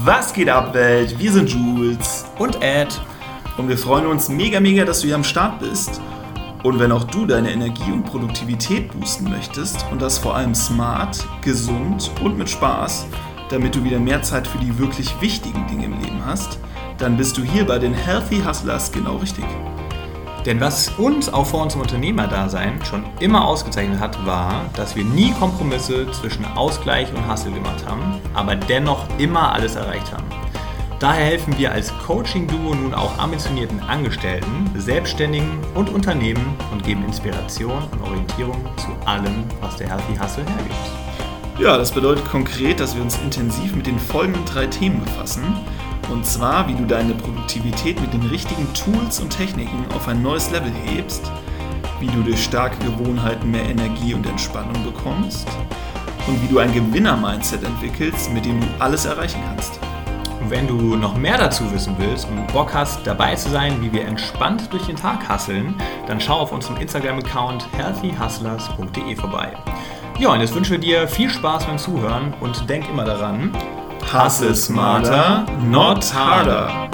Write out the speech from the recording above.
Was geht ab, Welt? Wir sind Jules und Ed und wir freuen uns mega, dass du hier am Start bist. Und wenn auch du deine Energie und Produktivität boosten möchtest und das vor allem smart, gesund und mit Spaß, damit du wieder mehr Zeit für die wirklich wichtigen Dinge im Leben hast, dann bist du hier bei den Healthy Hustlers genau richtig. Denn was uns auch vor unserem Unternehmerdasein schon immer ausgezeichnet hat, war, dass wir nie Kompromisse zwischen Ausgleich und Hustle gemacht haben, aber dennoch immer alles erreicht haben. Daher helfen wir als Coaching-Duo nun auch ambitionierten Angestellten, Selbstständigen und Unternehmen und geben Inspiration und Orientierung zu allem, was der Healthy Hustle hergibt. Ja, das bedeutet konkret, dass wir uns intensiv mit den folgenden 3 Themen befassen. Und zwar, wie du deine Produktivität mit den richtigen Tools und Techniken auf ein neues Level hebst, wie du durch starke Gewohnheiten mehr Energie und Entspannung bekommst und wie du ein Gewinner-Mindset entwickelst, mit dem du alles erreichen kannst. Und wenn du noch mehr dazu wissen willst und Bock hast, dabei zu sein, wie wir entspannt durch den Tag hustlen, dann schau auf unserem Instagram-Account healthyhustlers.de vorbei. Ja, und jetzt wünschen wir dir viel Spaß beim Zuhören und denk immer daran, Hustle smarter, not harder.